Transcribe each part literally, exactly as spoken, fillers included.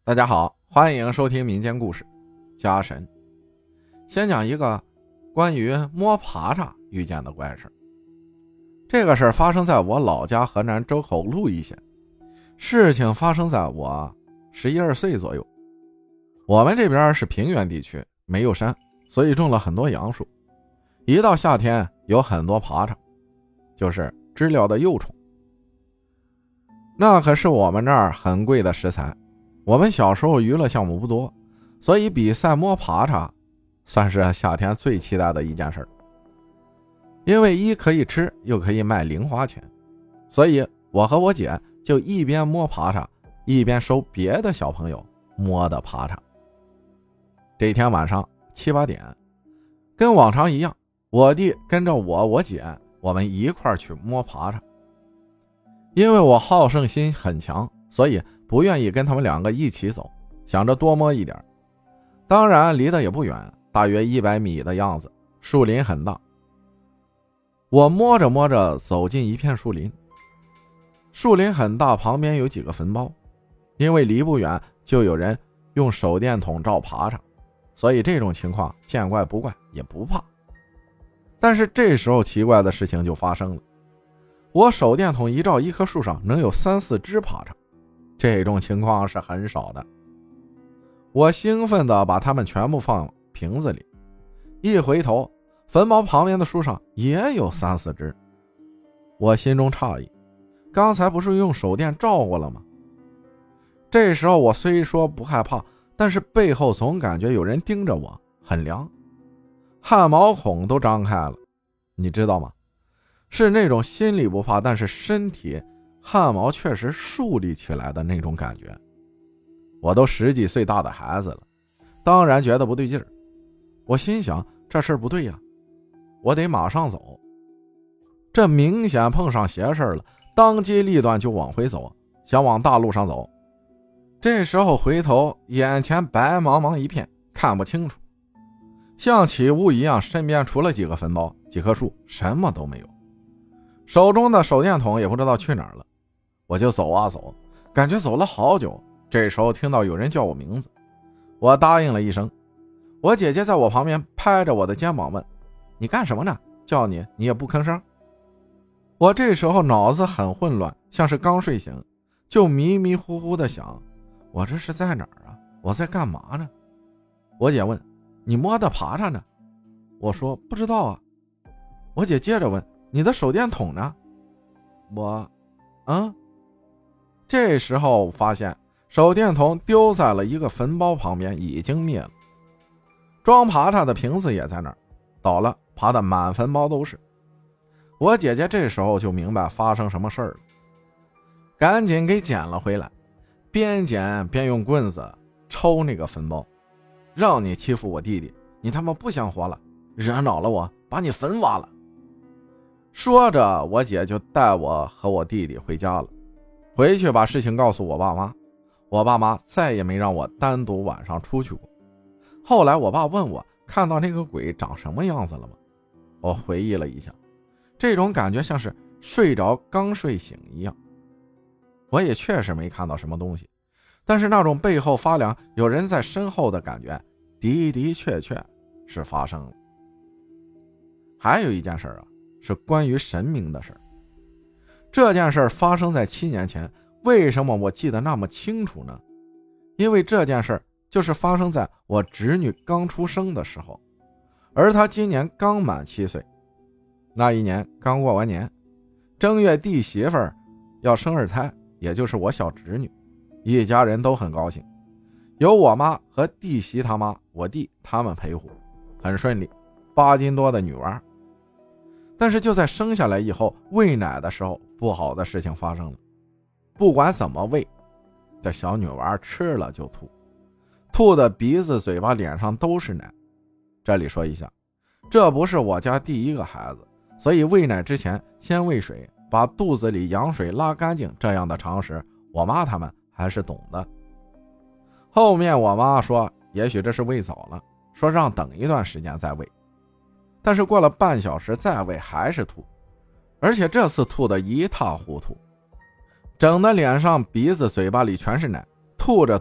大家好，欢迎收听民间故事家神。先讲一个关于摸爬叉遇见的怪事。这个事儿发生在我老家河南周口鹿一县，事情发生在我十一二岁左右。我们这边是平原地区，没有山，所以种了很多杨树。一到夏天有很多爬叉，就是知了的幼虫，那可是我们这儿很贵的食材。我们小时候娱乐项目不多，所以比赛摸爬叉算是夏天最期待的一件事。因为一可以吃，又可以卖零花钱，所以我和我姐就一边摸爬叉，一边收别的小朋友摸的爬叉。这天晚上七八点，跟往常一样，我弟跟着我我姐，我们一块去摸爬叉。因为我好胜心很强，所以不愿意跟他们两个一起走，想着多摸一点。当然离得也不远，大约一百米的样子，树林很大。我摸着摸着走进一片树林，树林很大，旁边有几个坟包。因为离不远就有人用手电筒照爬叉，所以这种情况见怪不怪，也不怕。但是这时候奇怪的事情就发生了，我手电筒一照，一棵树上能有三四只爬叉，这种情况是很少的。我兴奋地把它们全部放瓶子里，一回头，坟包旁边的树上也有三四只。我心中诧异，刚才不是用手电照过了吗？这时候我虽说不害怕，但是背后总感觉有人盯着我，很凉，汗毛孔都张开了。你知道吗？是那种心里不怕，但是身体汗毛确实竖立起来的那种感觉。我都十几岁大的孩子了，当然觉得不对劲儿。我心想，这事儿不对呀，我得马上走。这明显碰上邪事了，当机立断就往回走，想往大路上走。这时候回头，眼前白茫茫一片，看不清楚，像起雾一样，身边除了几个坟包，几棵树，什么都没有。手中的手电筒也不知道去哪儿了。我就走啊走，感觉走了好久。这时候听到有人叫我名字，我答应了一声。我姐姐在我旁边拍着我的肩膀问，你干什么呢？叫你你也不吭声。我这时候脑子很混乱，像是刚睡醒，就迷迷糊糊的想，我这是在哪儿啊？我在干嘛呢？我姐问，你摸的爬叉呢？我说不知道啊。我姐接着问，你的手电筒呢？我嗯这时候发现手电筒丢在了一个坟包旁边，已经灭了，装爬叉的瓶子也在那儿倒了，爬得满坟包都是。我姐姐这时候就明白发生什么事儿了，赶紧给捡了回来，边捡边用棍子抽那个坟包，让你欺负我弟弟，你他妈不想活了，惹恼了我，把你坟挖了。说着，我姐就带我和我弟弟回家了，回去把事情告诉我爸妈。我爸妈再也没让我单独晚上出去过。后来我爸问我看到那个鬼长什么样子了吗？我回忆了一下，这种感觉像是睡着刚睡醒一样。我也确实没看到什么东西，但是那种背后发凉，有人在身后的感觉的的确确是发生了。还有一件事啊，是关于神明的事。这件事发生在七年前，为什么我记得那么清楚呢？因为这件事就是发生在我侄女刚出生的时候，而她今年刚满七岁。那一年刚过完年，正月弟媳妇儿要生二胎，也就是我小侄女，一家人都很高兴，有我妈和弟媳他妈，我弟他们陪护，很顺利，八斤多的女娃。但是就在生下来以后，喂奶的时候，不好的事情发生了。不管怎么喂，这小女娃吃了就吐，吐的鼻子嘴巴脸上都是奶。这里说一下，这不是我家第一个孩子，所以喂奶之前先喂水，把肚子里羊水拉干净，这样的常识我妈他们还是懂的。后面我妈说也许这是喂早了，说让等一段时间再喂，但是过了半小时再喂还是吐，而且这次吐得一塌糊涂，整的脸上鼻子嘴巴里全是奶，吐着吐着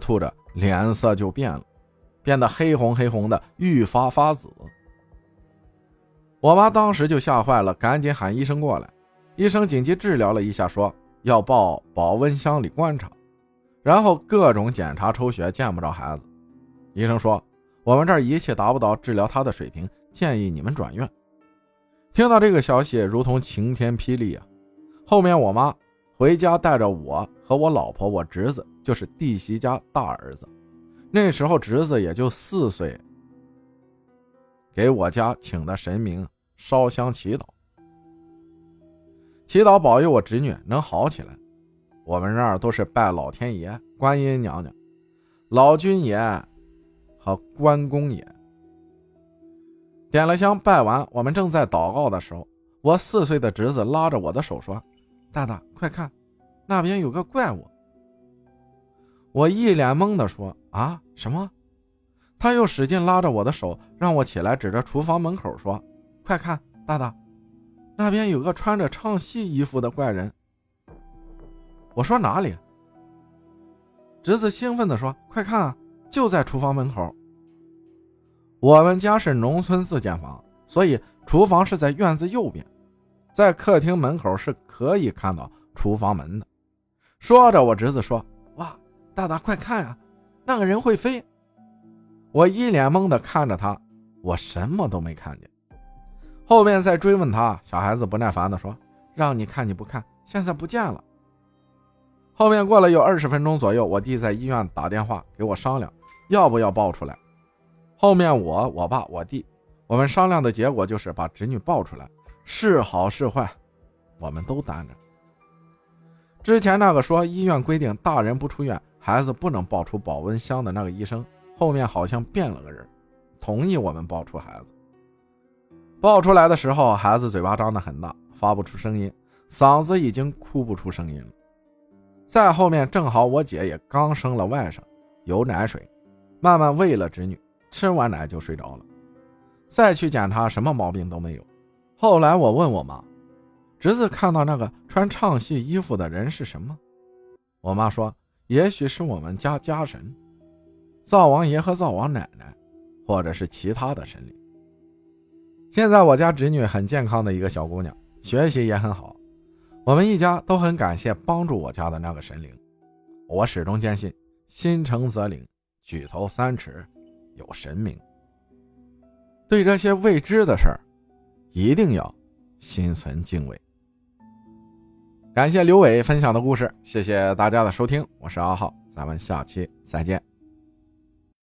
脸色就变了，变得黑红黑红的，愈发发紫。我妈当时就吓坏了，赶紧喊医生过来。医生紧急治疗了一下，说要抱保温箱里观察，然后各种检查抽血，见不着孩子。医生说我们这儿仪器达不到治疗他的水平，建议你们转院。听到这个消息如同晴天霹雳啊！后面我妈回家带着我和我老婆，我侄子就是弟媳家大儿子，那时候侄子也就四岁，给我家请的神明烧香祈祷，祈祷保佑我侄女能好起来。我们那儿都是拜老天爷、观音娘娘、老君爷和关公爷。点了香拜完，我们正在祷告的时候，我四岁的侄子拉着我的手说：大大快看，那边有个怪物。我一脸懵地说：啊，什么？他又使劲拉着我的手，让我起来，指着厨房门口说：快看，大大，那边有个穿着唱戏衣服的怪人。我说哪里？侄子兴奋地说：快看啊，就在厨房门口。我们家是农村自建房，所以厨房是在院子右边，在客厅门口是可以看到厨房门的。说着，我侄子说：哇，大大快看啊，那个人会飞。我一脸懵地看着他，我什么都没看见。后面再追问他，小孩子不耐烦地说：让你看你不看，现在不见了。后面过了有二十分钟左右，我弟在医院打电话给我商量要不要抱出来。后面我、我爸、我弟，我们商量的结果就是把侄女抱出来，是好是坏，我们都担着。之前那个说医院规定大人不出院，孩子不能抱出保温箱的那个医生，后面好像变了个人，同意我们抱出孩子。抱出来的时候，孩子嘴巴张得很大，发不出声音，嗓子已经哭不出声音了。再后面正好我姐也刚生了外甥，有奶水，慢慢喂了侄女，吃完奶就睡着了。再去检查，什么毛病都没有。后来我问我妈，侄子看到那个穿唱戏衣服的人是什么？我妈说也许是我们家家神，灶王爷和灶王奶奶，或者是其他的神灵。现在我家侄女很健康的一个小姑娘，学习也很好，我们一家都很感谢帮助我家的那个神灵。我始终坚信心诚则灵，举头三尺有神明。对这些未知的事儿一定要心存敬畏。感谢刘伟分享的故事，谢谢大家的收听，我是阿浩，咱们下期再见。